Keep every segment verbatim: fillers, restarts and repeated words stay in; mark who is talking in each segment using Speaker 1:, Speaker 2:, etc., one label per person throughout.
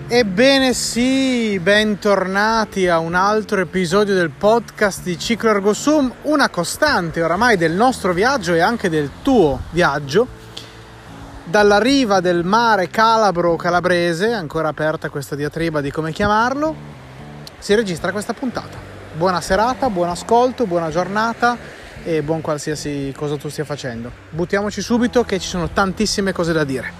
Speaker 1: Ebbene sì, bentornati a un altro episodio del podcast di Ciclo Ergo Sum, una costante oramai del nostro viaggio e anche del tuo viaggio. Dalla riva del mare calabro calabrese, ancora aperta questa diatriba di come chiamarlo, si registra questa puntata. Buona serata, buon ascolto, buona giornata e buon qualsiasi cosa tu stia facendo. Buttiamoci subito che ci sono tantissime cose da dire.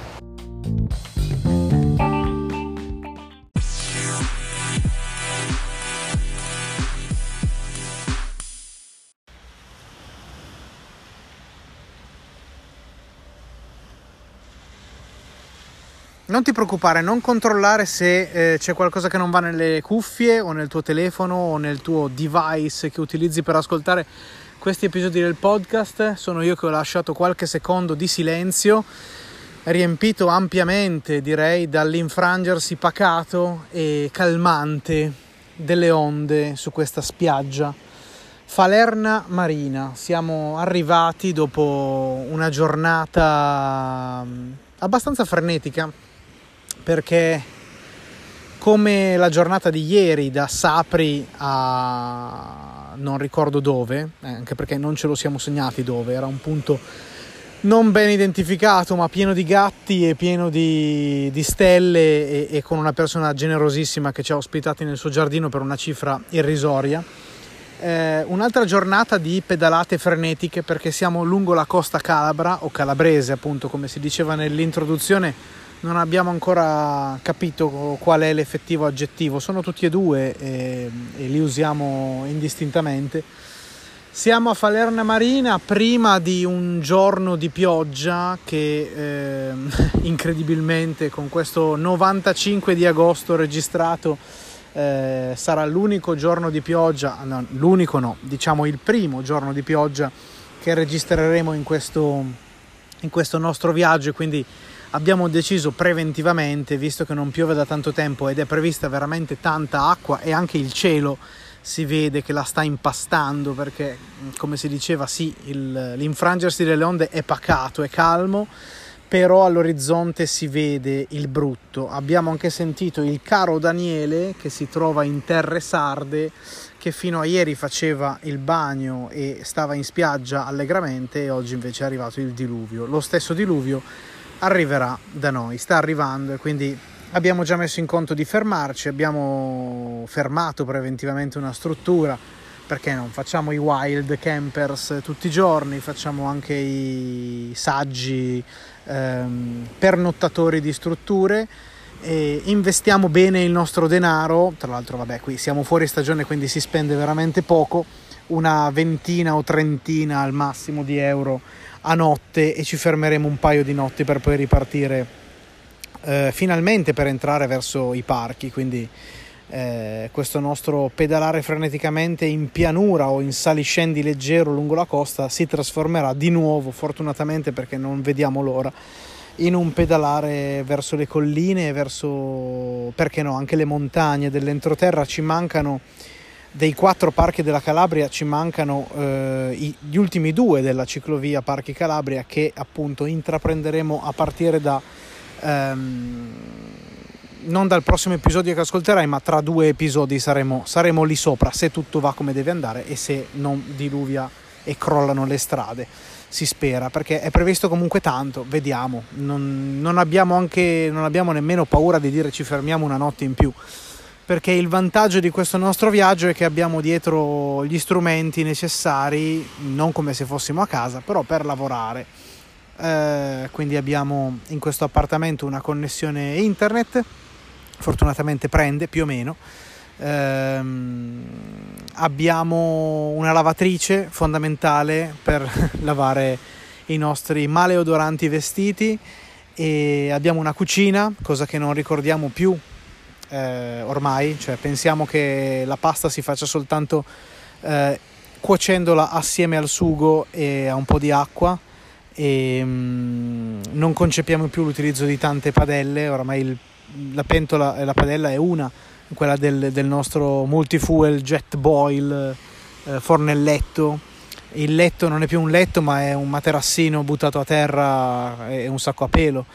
Speaker 1: Non ti preoccupare, non controllare se eh, c'è qualcosa che non va nelle cuffie o nel tuo telefono o nel tuo device che utilizzi per ascoltare questi episodi del podcast. Sono io che ho lasciato qualche secondo di silenzio, riempito ampiamente, direi, dall'infrangersi pacato e calmante delle onde su questa spiaggia. Falerna Marina. Siamo arrivati dopo una giornata abbastanza frenetica, perché come la giornata di ieri da Sapri a non ricordo dove, eh, anche perché non ce lo siamo segnati dove, era un punto non ben identificato ma pieno di gatti e pieno di, di stelle e, e con una persona generosissima che ci ha ospitati nel suo giardino per una cifra irrisoria. Eh, un'altra giornata di pedalate frenetiche, perché siamo lungo la costa calabra o calabrese, appunto, come si diceva nell'introduzione. Non abbiamo ancora capito qual è l'effettivo aggettivo, sono tutti e due e, e li usiamo indistintamente. Siamo a Falerna Marina prima di un giorno di pioggia che eh, incredibilmente con questo novantacinque di agosto registrato eh, sarà l'unico giorno di pioggia, no, l'unico no, diciamo il primo giorno di pioggia che registreremo in questo, in questo nostro viaggio, e quindi abbiamo deciso preventivamente, visto che non piove da tanto tempo ed è prevista veramente tanta acqua e anche il cielo si vede che la sta impastando, perché come si diceva sì, il, l'infrangersi delle onde è pacato, è calmo, però all'orizzonte si vede il brutto. Abbiamo anche sentito il caro Daniele che si trova in terre sarde, che fino a ieri faceva il bagno e stava in spiaggia allegramente, e oggi invece è arrivato il diluvio. Lo stesso diluvio arriverà da noi, sta arrivando, e quindi abbiamo già messo in conto di fermarci. Abbiamo fermato preventivamente una struttura, perché non facciamo i wild campers tutti i giorni, facciamo anche i saggi ehm, pernottatori di strutture, e investiamo bene il nostro denaro. Tra l'altro vabbè, qui siamo fuori stagione, quindi si spende veramente poco, una ventina o trentina al massimo di euro a notte, e ci fermeremo un paio di notti per poi ripartire eh, finalmente per entrare verso i parchi. Quindi eh, questo nostro pedalare freneticamente in pianura o in saliscendi leggero lungo la costa si trasformerà di nuovo, fortunatamente, perché non vediamo l'ora, in un pedalare verso le colline e verso, perché no, anche le montagne dell'entroterra. Ci mancano, dei quattro parchi della Calabria ci mancano eh, gli ultimi due della ciclovia Parchi Calabria, che appunto intraprenderemo a partire da ehm, non dal prossimo episodio che ascolterai, ma tra due episodi saremo, saremo lì sopra, se tutto va come deve andare e se non diluvia e crollano le strade. Si spera, perché è previsto comunque tanto, vediamo. Non, non abbiamo anche non abbiamo nemmeno paura di dire ci fermiamo una notte in più, perché il vantaggio di questo nostro viaggio è che abbiamo dietro gli strumenti necessari, non come se fossimo a casa, però per lavorare. Eh, quindi abbiamo in questo appartamento una connessione internet, fortunatamente prende più o meno. Eh, abbiamo una lavatrice fondamentale per lavare i nostri maleodoranti vestiti, e abbiamo una cucina, cosa che non ricordiamo più Eh, ormai, cioè pensiamo che la pasta si faccia soltanto eh, cuocendola assieme al sugo e a un po' di acqua, e mh, non concepiamo più l'utilizzo di tante padelle. Ormai il, la pentola e la padella è una, quella del, del nostro multifuel jet boil eh, fornelletto. Il letto non è più un letto, ma è un materassino buttato a terra e un sacco a pelo.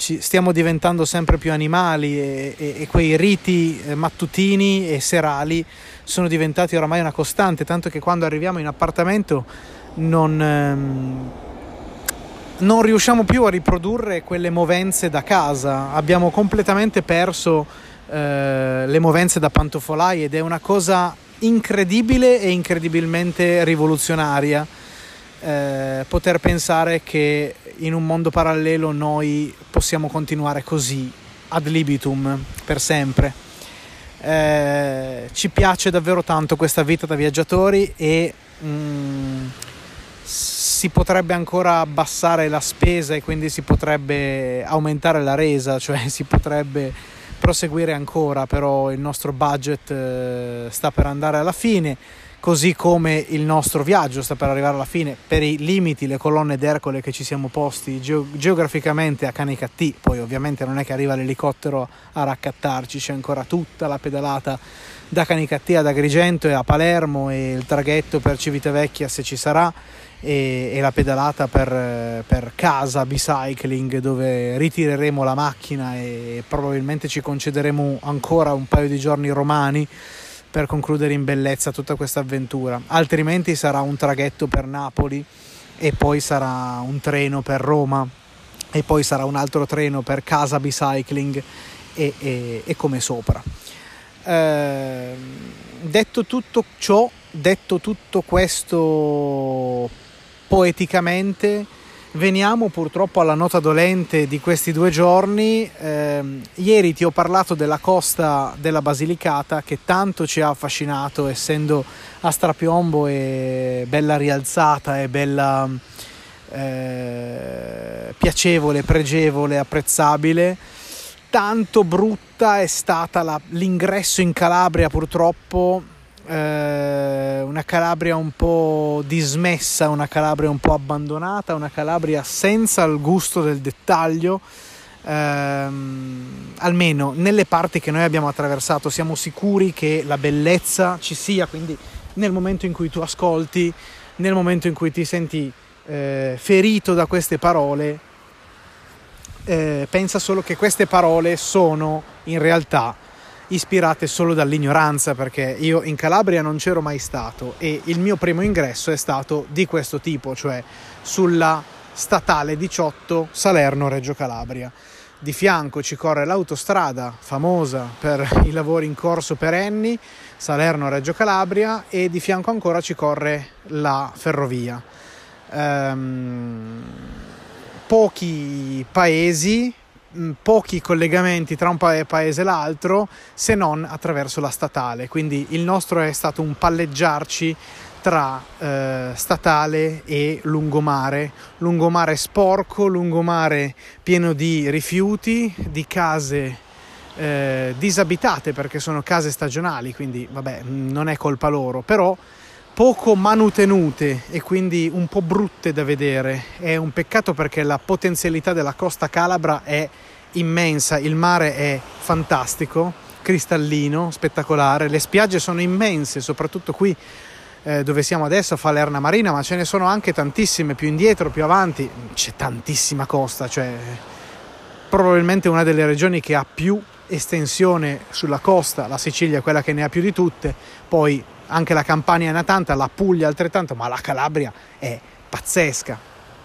Speaker 1: ci stiamo diventando sempre più animali e, e, e quei riti mattutini e serali sono diventati oramai una costante, tanto che quando arriviamo in appartamento non, ehm, non riusciamo più a riprodurre quelle movenze da casa, abbiamo completamente perso eh, le movenze da pantofolai, ed è una cosa incredibile e incredibilmente rivoluzionaria eh, poter pensare che in un mondo parallelo noi possiamo continuare così ad libitum per sempre. Eh, ci piace davvero tanto questa vita da viaggiatori e mm, si potrebbe ancora abbassare la spesa e quindi si potrebbe aumentare la resa, cioè si potrebbe proseguire ancora, però il nostro budget eh, sta per andare alla fine, così come il nostro viaggio sta per arrivare alla fine per i limiti, le colonne d'Ercole che ci siamo posti geo- geograficamente a Canicattì. Poi ovviamente non è che arriva l'elicottero a raccattarci, c'è ancora tutta la pedalata da Canicattì ad Agrigento e a Palermo, e il traghetto per Civitavecchia se ci sarà, e, e la pedalata per, per casa Bicycling, dove ritireremo la macchina e probabilmente ci concederemo ancora un paio di giorni romani per concludere in bellezza tutta questa avventura. Altrimenti sarà un traghetto per Napoli, e poi sarà un treno per Roma, e poi sarà un altro treno per casa Bicycling, e, e, e come sopra. Eh, detto tutto ciò, detto tutto questo poeticamente, veniamo purtroppo alla nota dolente di questi due giorni. Eh, ieri ti ho parlato della costa della Basilicata, che tanto ci ha affascinato, essendo a strapiombo e bella rialzata e bella eh, piacevole, pregevole, apprezzabile. Tanto brutta è stata la, l'ingresso in Calabria, purtroppo. Eh, una Calabria un po' dismessa, una Calabria un po' abbandonata, una Calabria senza il gusto del dettaglio, ehm, almeno nelle parti che noi abbiamo attraversato. Siamo sicuri che la bellezza ci sia, quindi nel momento in cui tu ascolti, nel momento in cui ti senti eh, ferito da queste parole, eh, pensa solo che queste parole sono in realtà ispirate solo dall'ignoranza, perché io in Calabria non c'ero mai stato e il mio primo ingresso è stato di questo tipo, cioè sulla statale diciotto Salerno-Reggio Calabria. Di fianco ci corre l'autostrada famosa per i lavori in corso perenni, Salerno-Reggio Calabria, e di fianco ancora ci corre la ferrovia. Ehm, pochi paesi, pochi collegamenti tra un pa- paese e l'altro, se non attraverso la statale, quindi il nostro è stato un palleggiarci tra eh, statale e lungomare, lungomare sporco, lungomare pieno di rifiuti, di case eh, disabitate, perché sono case stagionali, quindi vabbè, non è colpa loro, però poco manutenute e quindi un po' brutte da vedere. È un peccato, perché la potenzialità della costa calabra è immensa, il mare è fantastico, cristallino, spettacolare, le spiagge sono immense, soprattutto qui eh, dove siamo adesso, a Falerna Marina, ma ce ne sono anche tantissime più indietro, più avanti, c'è tantissima costa, cioè probabilmente una delle regioni che ha più estensione sulla costa. La Sicilia è quella che ne ha più di tutte, poi anche la Campania ne ha tanta, la Puglia altrettanto, ma la Calabria è pazzesca.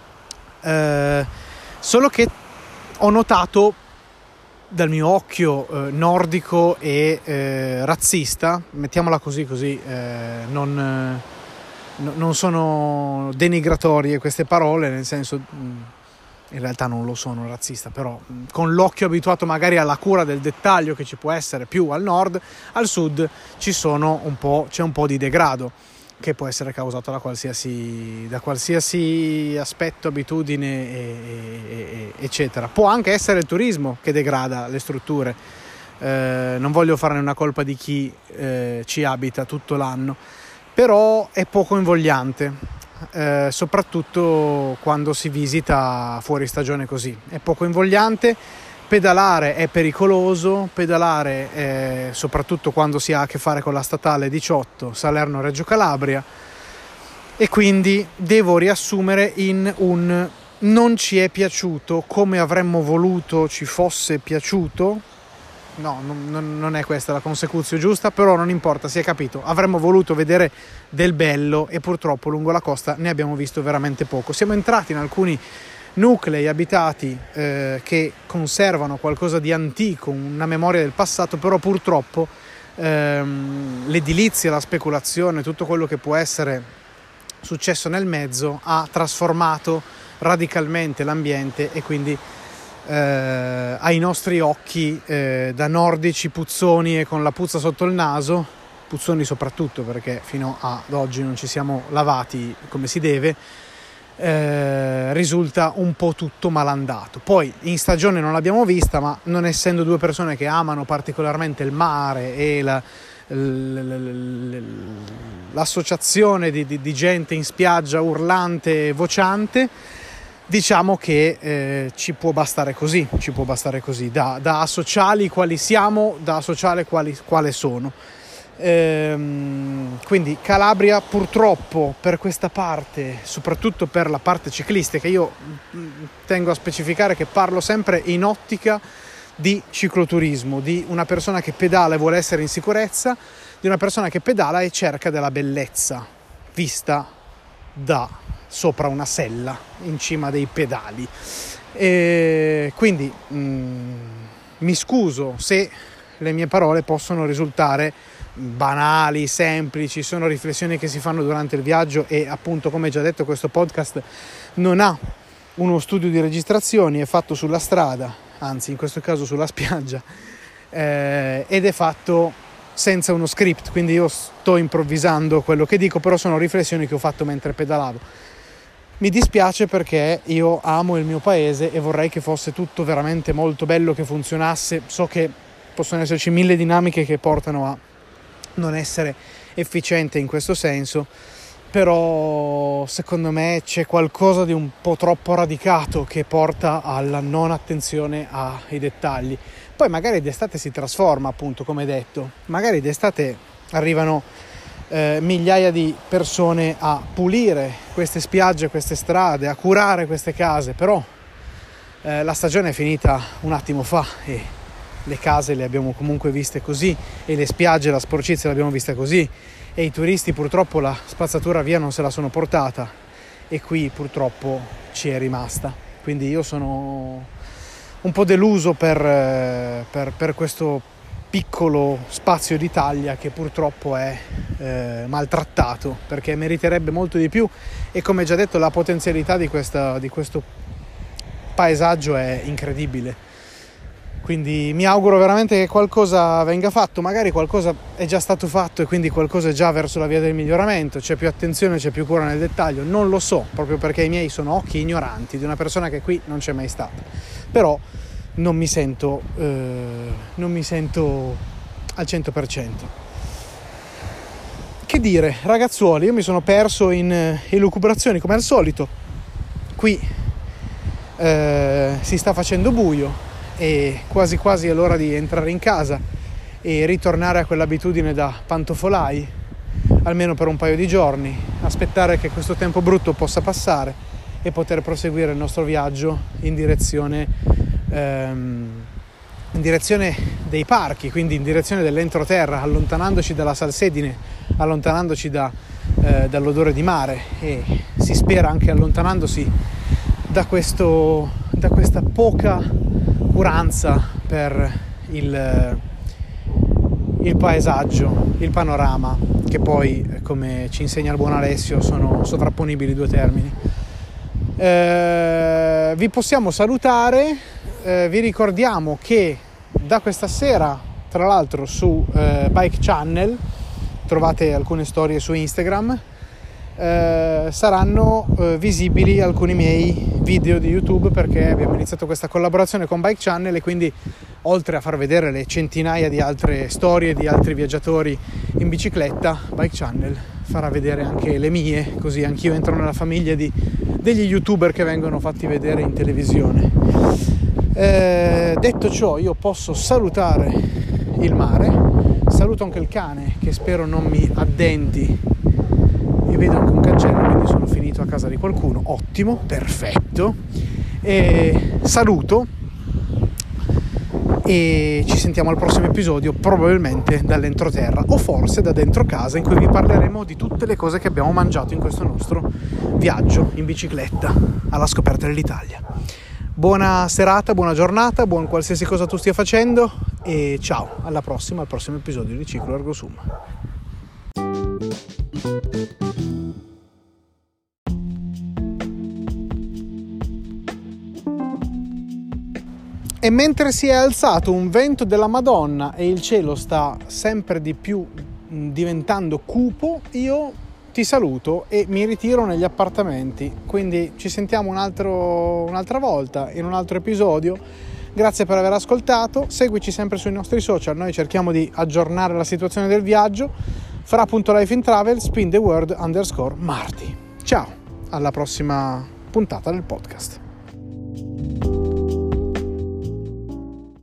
Speaker 1: Eh, solo che ho notato, dal mio occhio eh, nordico e eh, razzista, mettiamola così, così eh, non, eh, no, non sono denigratorie queste parole, nel senso, in realtà non lo sono razzista, però con l'occhio abituato magari alla cura del dettaglio che ci può essere più al nord, al sud ci sono un po', c'è un po' di degrado che può essere causato da qualsiasi, da qualsiasi aspetto, abitudine e, e, eccetera. Può anche essere il turismo che degrada le strutture, eh, non voglio farne una colpa di chi eh, ci abita tutto l'anno, però è poco invogliante. Eh, soprattutto quando si visita fuori stagione così, è poco invogliante. Pedalare è pericoloso, pedalare è, soprattutto quando si ha a che fare con la statale diciotto Salerno-Reggio Calabria, e quindi devo riassumere in un non ci è piaciuto come avremmo voluto ci fosse piaciuto. No, non, non è questa la consecuzione giusta, però non importa, si è capito. Avremmo voluto vedere del bello e purtroppo lungo la costa ne abbiamo visto veramente poco. Siamo entrati in alcuni nuclei abitati eh, che conservano qualcosa di antico, una memoria del passato, però purtroppo ehm, l'edilizia, la speculazione, tutto quello che può essere successo nel mezzo ha trasformato radicalmente l'ambiente e quindi Eh, ai nostri occhi eh, da nordici puzzoni e con la puzza sotto il naso, puzzoni soprattutto perché fino ad oggi non ci siamo lavati come si deve, eh, risulta un po' tutto malandato. Poi in stagione non l'abbiamo vista, ma non essendo due persone che amano particolarmente il mare e la, l'associazione di, di, di gente in spiaggia urlante e vociante, diciamo che eh, ci può bastare così, ci può bastare così, da, da asociali quali siamo, da asociale quali, quale sono. Ehm, quindi Calabria purtroppo per questa parte, soprattutto per la parte ciclistica, io tengo a specificare che parlo sempre in ottica di cicloturismo, di una persona che pedala e vuole essere in sicurezza, di una persona che pedala e cerca della bellezza vista da sopra una sella in cima dei pedali. E quindi mh, mi scuso se le mie parole possono risultare banali, semplici, sono riflessioni che si fanno durante il viaggio e appunto, come già detto, questo podcast non ha uno studio di registrazioni, è fatto sulla strada, anzi in questo caso sulla spiaggia, eh, ed è fatto senza uno script, quindi io sto improvvisando quello che dico, però sono riflessioni che ho fatto mentre pedalavo. Mi dispiace perché io amo il mio paese e vorrei che fosse tutto veramente molto bello, che funzionasse. So che possono esserci mille dinamiche che portano a non essere efficiente in questo senso, però secondo me c'è qualcosa di un po' troppo radicato che porta alla non attenzione ai dettagli. Poi magari d'estate si trasforma, appunto, come detto, magari d'estate arrivano Eh, migliaia di persone a pulire queste spiagge, queste strade, a curare queste case, però eh, la stagione è finita un attimo fa e le case le abbiamo comunque viste così e le spiagge, la sporcizia l'abbiamo vista così e i turisti purtroppo la spazzatura via non se la sono portata e qui purtroppo ci è rimasta. Quindi io sono un po' deluso per, per, per questo piccolo spazio d'Italia che purtroppo è eh, maltrattato, perché meriterebbe molto di più e, come già detto, la potenzialità di, questa, di questo paesaggio è incredibile. Quindi mi auguro veramente che qualcosa venga fatto, magari qualcosa è già stato fatto e quindi qualcosa è già verso la via del miglioramento, c'è più attenzione, c'è più cura nel dettaglio, non lo so, proprio perché i miei sono occhi ignoranti di una persona che qui non c'è mai stata, però non mi sento eh, non mi sento al cento per cento. Che dire, ragazzuoli, io mi sono perso in eh, elucubrazioni come al solito. Qui eh, si sta facendo buio e quasi quasi è l'ora di entrare in casa e ritornare a quell'abitudine da pantofolai, almeno per un paio di giorni, aspettare che questo tempo brutto possa passare e poter proseguire il nostro viaggio in direzione in direzione dei parchi, quindi in direzione dell'entroterra, allontanandoci dalla salsedine, allontanandoci da, eh, dall'odore di mare e si spera anche allontanandosi da, questo, da questa poca curanza per il, il paesaggio, il panorama, che poi, come ci insegna il buon Alessio, sono sovrapponibili due termini. Eh, vi possiamo salutare. Eh, vi ricordiamo che da questa sera, tra l'altro, su eh, Bike Channel trovate alcune storie su Instagram, eh, saranno eh, visibili alcuni miei video di YouTube, perché abbiamo iniziato questa collaborazione con Bike Channel e quindi, oltre a far vedere le centinaia di altre storie di altri viaggiatori in bicicletta, Bike Channel farà vedere anche le mie, così anch'io entro nella famiglia di, degli YouTuber che vengono fatti vedere in televisione. Eh, detto ciò, io posso salutare il mare, saluto anche il cane che spero non mi addenti e vedo anche un cancello, quindi sono finito a casa di qualcuno. Ottimo, perfetto. E saluto e ci sentiamo al prossimo episodio, probabilmente dall'entroterra o forse da dentro casa, in cui vi parleremo di tutte le cose che abbiamo mangiato in questo nostro viaggio in bicicletta alla scoperta dell'Italia. Buona serata, buona giornata, buon qualsiasi cosa tu stia facendo e ciao, alla prossima, al prossimo episodio di Ciclo Ergo Sum. E mentre si è alzato un vento della Madonna e il cielo sta sempre di più diventando cupo, io ti saluto e mi ritiro negli appartamenti. Quindi ci sentiamo un altro, un'altra volta in un altro episodio. Grazie per aver ascoltato. Seguici sempre sui nostri social. Noi cerchiamo di aggiornare la situazione del viaggio. Fra.life in travel, spin the word underscore Marti. Ciao, alla prossima puntata del podcast.